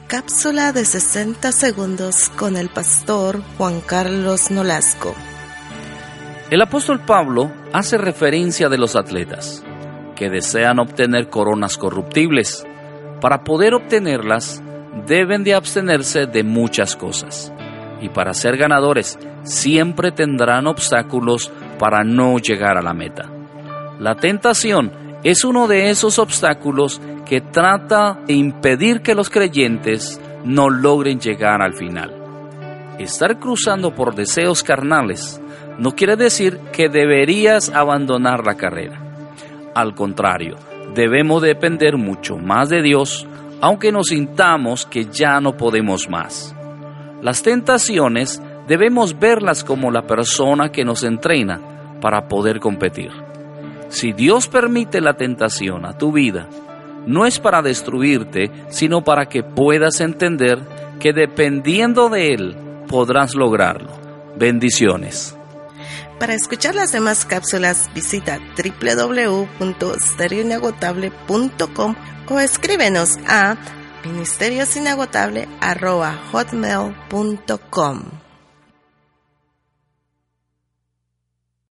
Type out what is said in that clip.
Cápsula de 60 segundos con el pastor Juan Carlos Nolasco. El apóstol Pablo hace referencia de los atletas que desean obtener coronas corruptibles. Para poder obtenerlas, deben de abstenerse de muchas cosas. Y para ser ganadores, siempre tendrán obstáculos para no llegar a la meta. La tentación es uno de esos obstáculos que trata de impedir que los creyentes no logren llegar al final. Estar cruzando por deseos carnales no quiere decir que deberías abandonar la carrera. Al contrario, debemos depender mucho más de Dios, aunque nos sintamos que ya no podemos más. Las tentaciones debemos verlas como la persona que nos entrena para poder competir. Si Dios permite la tentación a tu vida, no es para destruirte, sino para que puedas entender que dependiendo de Él podrás lograrlo. Bendiciones. Para escuchar las demás cápsulas, visita www.estereoinagotable.com o escríbenos a ministeriosinagotable@hotmail.com.